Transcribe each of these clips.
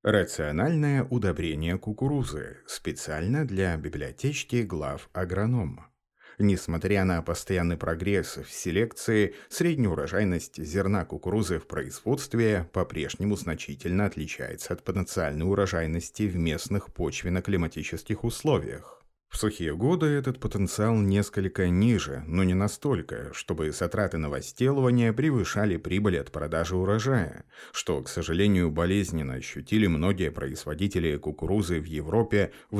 Рациональное удобрение кукурузы специально для библиотечки глав агронома. Несмотря на постоянный прогресс в селекции, средняя урожайность зерна кукурузы в производстве по-прежнему значительно отличается от потенциальной урожайности в местных почвенно-климатических условиях. В сухие годы этот потенциал несколько ниже, но не настолько, чтобы затраты на возделывание превышали прибыль от продажи урожая, что, к сожалению, болезненно ощутили многие производители кукурузы в Европе в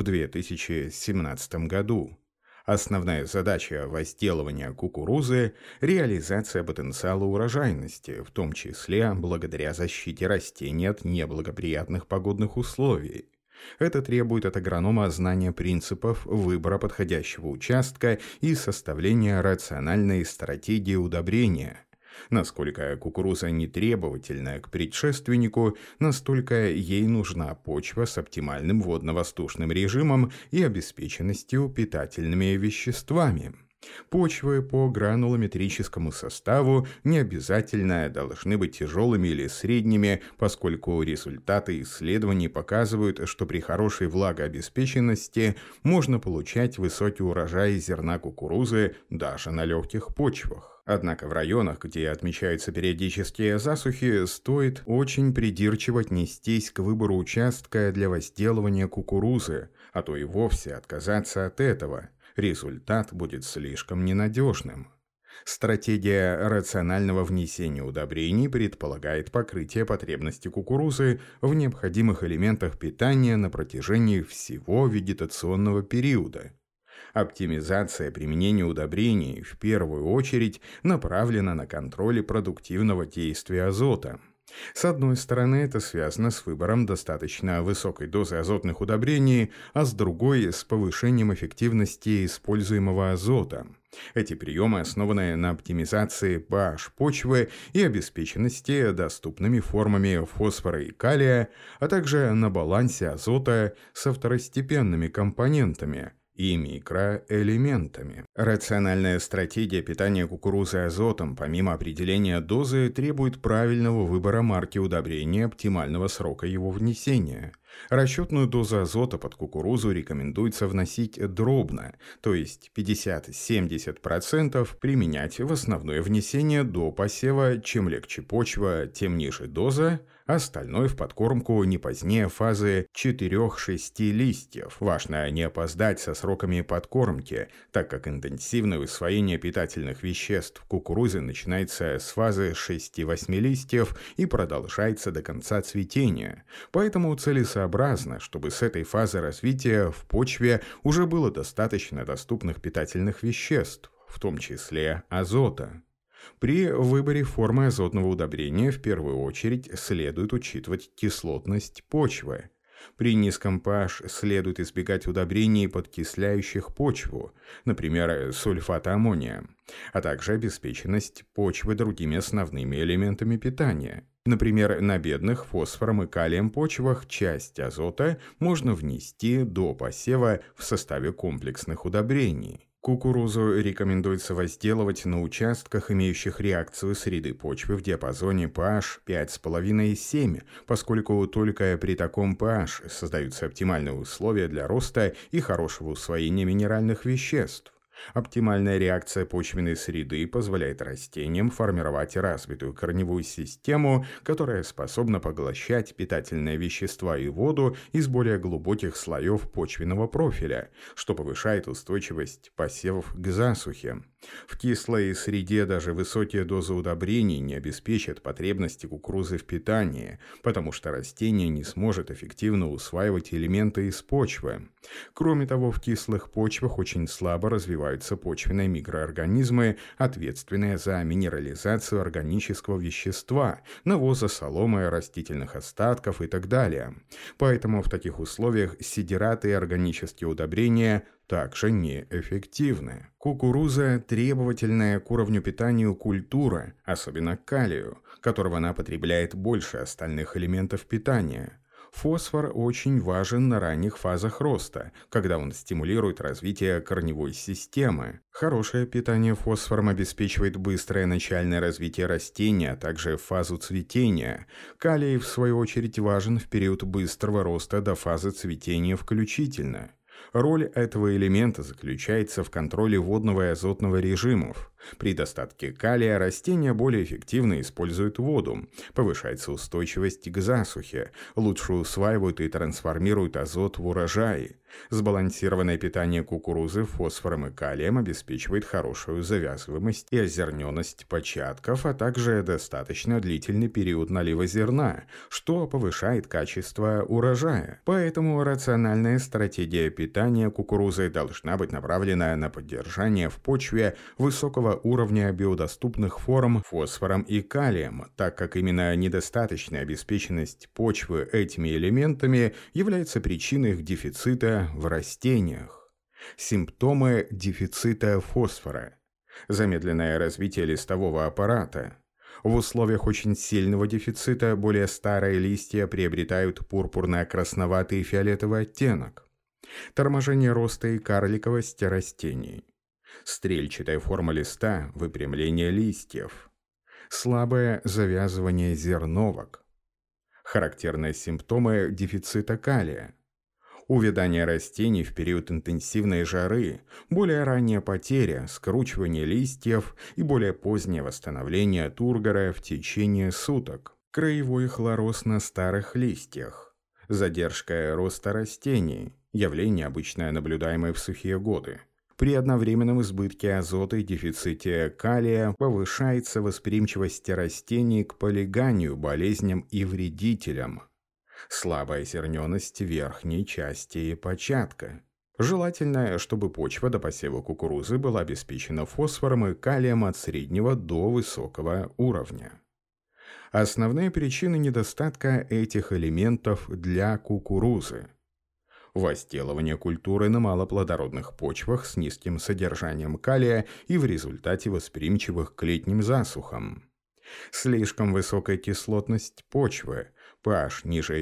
2017 году. Основная задача возделывания кукурузы – реализация потенциала урожайности, в том числе благодаря защите растений от неблагоприятных погодных условий. Это требует от агронома знания принципов выбора подходящего участка и составления рациональной стратегии удобрения. Насколько кукуруза не требовательна к предшественнику, настолько ей нужна почва с оптимальным водно-воздушным режимом и обеспеченностью питательными веществами. Почвы по гранулометрическому составу не обязательно должны быть тяжелыми или средними, поскольку результаты исследований показывают, что при хорошей влагообеспеченности можно получать высокий урожай зерна кукурузы даже на легких почвах. Однако в районах, где отмечаются периодические засухи, стоит очень придирчиво отнестись к выбору участка для возделывания кукурузы, а то и вовсе отказаться от этого. Результат будет слишком ненадежным. Стратегия рационального внесения удобрений предполагает покрытие потребностей кукурузы в необходимых элементах питания на протяжении всего вегетационного периода. Оптимизация применения удобрений в первую очередь направлена на контроль продуктивного действия азота. С одной стороны, это связано с выбором достаточно высокой дозы азотных удобрений, а с другой – с повышением эффективности используемого азота. Эти приемы основаны на оптимизации pH почвы и обеспеченности доступными формами фосфора и калия, а также на балансе азота со второстепенными компонентами и микроэлементами. Рациональная стратегия питания кукурузы азотом, помимо определения дозы, требует правильного выбора марки удобрения оптимального срока его внесения. Расчетную дозу азота под кукурузу рекомендуется вносить дробно, то есть 50-70% применять в основное внесение до посева. Чем легче почва, тем ниже доза, остальное в подкормку не позднее фазы 4-6 листьев. Важно не опоздать со сроками подкормки, так как интенсивное усвоение питательных веществ в кукурузе начинается с фазы 6-8 листьев и продолжается до конца цветения. Поэтому целесообразно, чтобы с этой фазы развития в почве уже было достаточно доступных питательных веществ, в том числе азота. При выборе формы азотного удобрения в первую очередь следует учитывать кислотность почвы. При низком pH следует избегать удобрений, подкисляющих почву, например, сульфата аммония, а также обеспеченность почвы другими основными элементами питания. Например, на бедных фосфором и калием почвах часть азота можно внести до посева в составе комплексных удобрений. Кукурузу рекомендуется возделывать на участках, имеющих реакцию среды почвы в диапазоне pH 5,5-7, поскольку только при таком pH создаются оптимальные условия для роста и хорошего усвоения минеральных веществ. Оптимальная реакция почвенной среды позволяет растениям формировать развитую корневую систему, которая способна поглощать питательные вещества и воду из более глубоких слоев почвенного профиля, что повышает устойчивость посевов к засухе. В кислой среде даже высокие дозы удобрений не обеспечат потребности кукурузы в питании, потому что растение не сможет эффективно усваивать элементы из почвы. Кроме того, в кислых почвах очень слабо развиваются почвенные микроорганизмы, ответственные за минерализацию органического вещества, навоза, соломы, растительных остатков и так далее. Поэтому в таких условиях сидираты и органические удобрения также неэффективны. Кукуруза – требовательная к уровню питания культура, особенно к калию, которого она потребляет больше остальных элементов питания. Фосфор очень важен на ранних фазах роста, когда он стимулирует развитие корневой системы. Хорошее питание фосфором обеспечивает быстрое начальное развитие растения, а также фазу цветения. Калий, в свою очередь, важен в период быстрого роста до фазы цветения включительно. Роль этого элемента заключается в контроле водного и азотного режимов. При достатке калия растения более эффективно используют воду, повышается устойчивость к засухе, лучше усваивают и трансформируют азот в урожаи. Сбалансированное питание кукурузы фосфором и калием обеспечивает хорошую завязываемость и озерненность початков, а также достаточно длительный период налива зерна, что повышает качество урожая. Поэтому рациональная стратегия питания кукурузы должна быть направлена на поддержание в почве высокого уровня биодоступных форм фосфором и калием, так как именно недостаточная обеспеченность почвы этими элементами является причиной их дефицита в растениях. Симптомы дефицита фосфора. Замедленное развитие листового аппарата. В условиях очень сильного дефицита более старые листья приобретают пурпурно-красноватый и фиолетовый оттенок. Торможение роста и карликовость растений. Стрельчатая форма листа, выпрямление листьев. Слабое завязывание зерновок. Характерные симптомы дефицита калия. Увядание растений в период интенсивной жары, более ранняя потеря, скручивание листьев и более позднее восстановление тургора в течение суток. Краевой хлороз на старых листьях. Задержка роста растений, явление, обычно наблюдаемое в сухие годы. При одновременном избытке азота и дефиците калия повышается восприимчивость растений к полиганию, болезням и вредителям. Слабая зерненость верхней части початка. Желательно, чтобы почва до посева кукурузы была обеспечена фосфором и калием от среднего до высокого уровня. Основные причины недостатка этих элементов для кукурузы. Возделывание культуры на малоплодородных почвах с низким содержанием калия и в результате восприимчивых к летним засухам. Слишком высокая кислотность почвы, pH ниже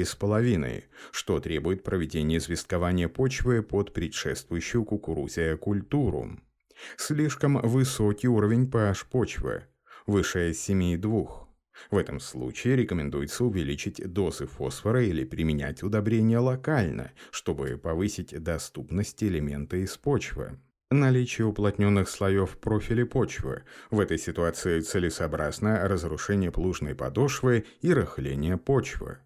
5,5, что требует проведения известкования почвы под предшествующую кукурузе культуру. Слишком высокий уровень pH почвы, выше 7,2. В этом случае рекомендуется увеличить дозы фосфора или применять удобрения локально, чтобы повысить доступность элемента из почвы. Наличие уплотненных слоев профиля почвы. В этой ситуации целесообразно разрушение плужной подошвы и рыхление почвы.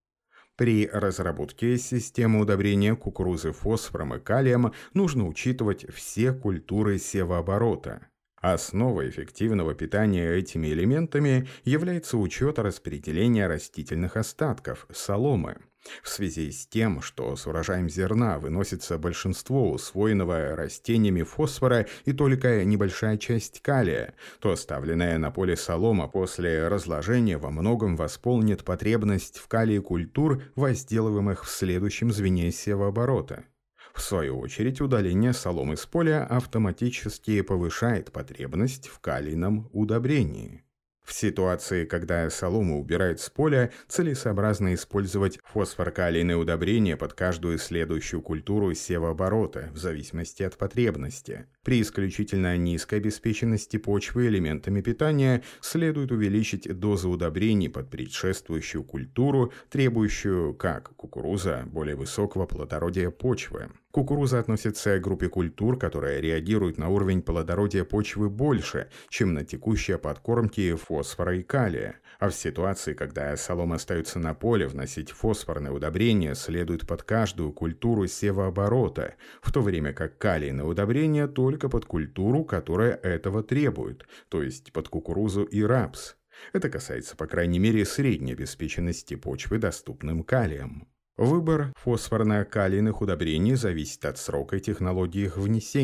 При разработке системы удобрения кукурузы фосфором и калием нужно учитывать все культуры севооборота. Основой эффективного питания этими элементами является учет распределения растительных остатков, соломы. В связи с тем, что с урожаем зерна выносится большинство усвоенного растениями фосфора и только небольшая часть калия, то оставленная на поле солома после разложения во многом восполнит потребность в калии культур, возделываемых в следующем звене севооборота. В свою очередь, удаление соломы с поля автоматически повышает потребность в калийном удобрении. В ситуации, когда солому убирают с поля, целесообразно использовать фосфор-калийное удобрение под каждую следующую культуру севооборота, в зависимости от потребности. При исключительно низкой обеспеченности почвы элементами питания следует увеличить дозу удобрений под предшествующую культуру, требующую, как кукуруза, более высокого плодородия почвы. Кукуруза относится к группе культур, которая реагирует на уровень плодородия почвы больше, чем на текущие подкормки фосфора и калия. А в ситуации, когда солома остается на поле, вносить фосфорное удобрение следует под каждую культуру севооборота, в то время как калийное удобрение только под культуру, которая этого требует, то есть под кукурузу и рапс. Это касается, по крайней мере, средней обеспеченности почвы доступным калием. Выбор фосфорно-калийных удобрений зависит от срока и технологии их внесения.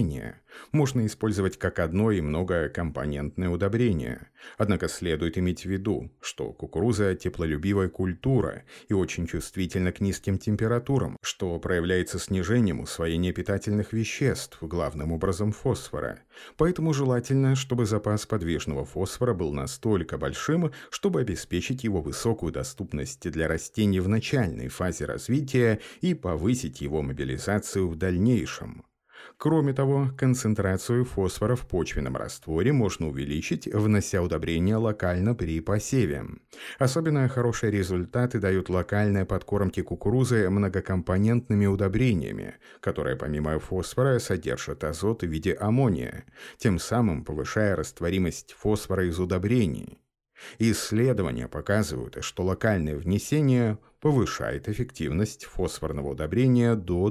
Можно использовать как одно и многокомпонентное удобрение. Однако следует иметь в виду, что кукуруза – теплолюбивая культура и очень чувствительна к низким температурам, что проявляется снижением усвоения питательных веществ, главным образом фосфора. Поэтому желательно, чтобы запас подвижного фосфора был настолько большим, чтобы обеспечить его высокую доступность для растений в начальной фазе развития и повысить его мобилизацию в дальнейшем. Кроме того, концентрацию фосфора в почвенном растворе можно увеличить, внося удобрения локально при посеве. Особенно хорошие результаты дают локальные подкормки кукурузы многокомпонентными удобрениями, которые помимо фосфора содержат азот в виде аммония, тем самым повышая растворимость фосфора из удобрений. Исследования показывают, что локальное внесение повышает эффективность фосфорного удобрения до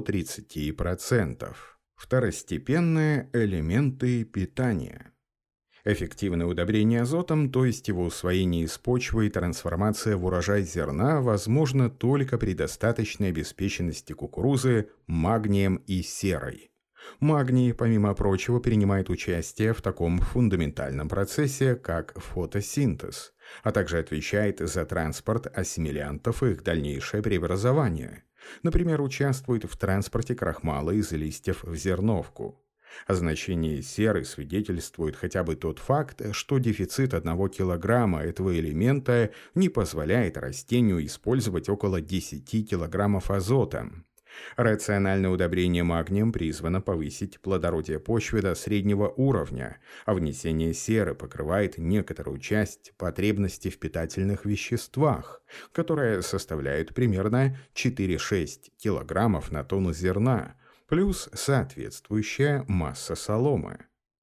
30%. Второстепенные элементы питания. Эффективное удобрение азотом, то есть его усвоение из почвы и трансформация в урожай зерна, возможно только при достаточной обеспеченности кукурузы магнием и серой. Магний, помимо прочего, принимает участие в таком фундаментальном процессе, как фотосинтез, а также отвечает за транспорт ассимилянтов и их дальнейшее преобразование. Например, участвует в транспорте крахмала из листьев в зерновку. О значении серы свидетельствует хотя бы тот факт, что дефицит 1 килограмма этого элемента не позволяет растению использовать около 10 килограммов азота. Рациональное удобрение магнием призвано повысить плодородие почвы до среднего уровня, а внесение серы покрывает некоторую часть потребностей в питательных веществах, которые составляют примерно 4-6 килограммов на тонну зерна, плюс соответствующая масса соломы.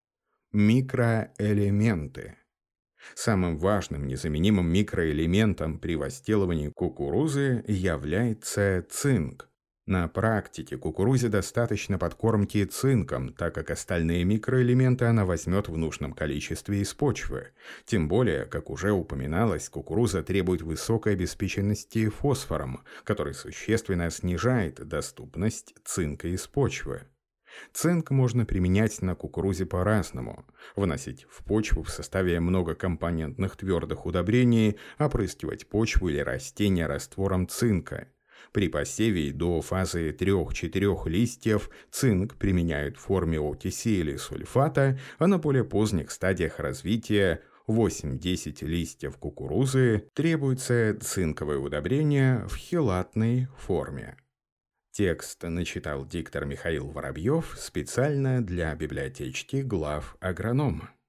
Микроэлементы. Самым важным незаменимым микроэлементом при возделывании кукурузы является цинк. На практике кукурузе достаточно подкормки цинком, так как остальные микроэлементы она возьмет в нужном количестве из почвы. Тем более, как уже упоминалось, кукуруза требует высокой обеспеченности фосфором, который существенно снижает доступность цинка из почвы. Цинк можно применять на кукурузе по-разному. Вносить в почву в составе многокомпонентных твердых удобрений, опрыскивать почву или растения раствором цинка. При посеве до фазы 3-4 листьев цинк применяют в форме окиси или сульфата, а на более поздних стадиях развития 8-10 листьев кукурузы требуется цинковое удобрение в хелатной форме. Текст начитал диктор Михаил Воробьев специально для библиотечки глав агронома.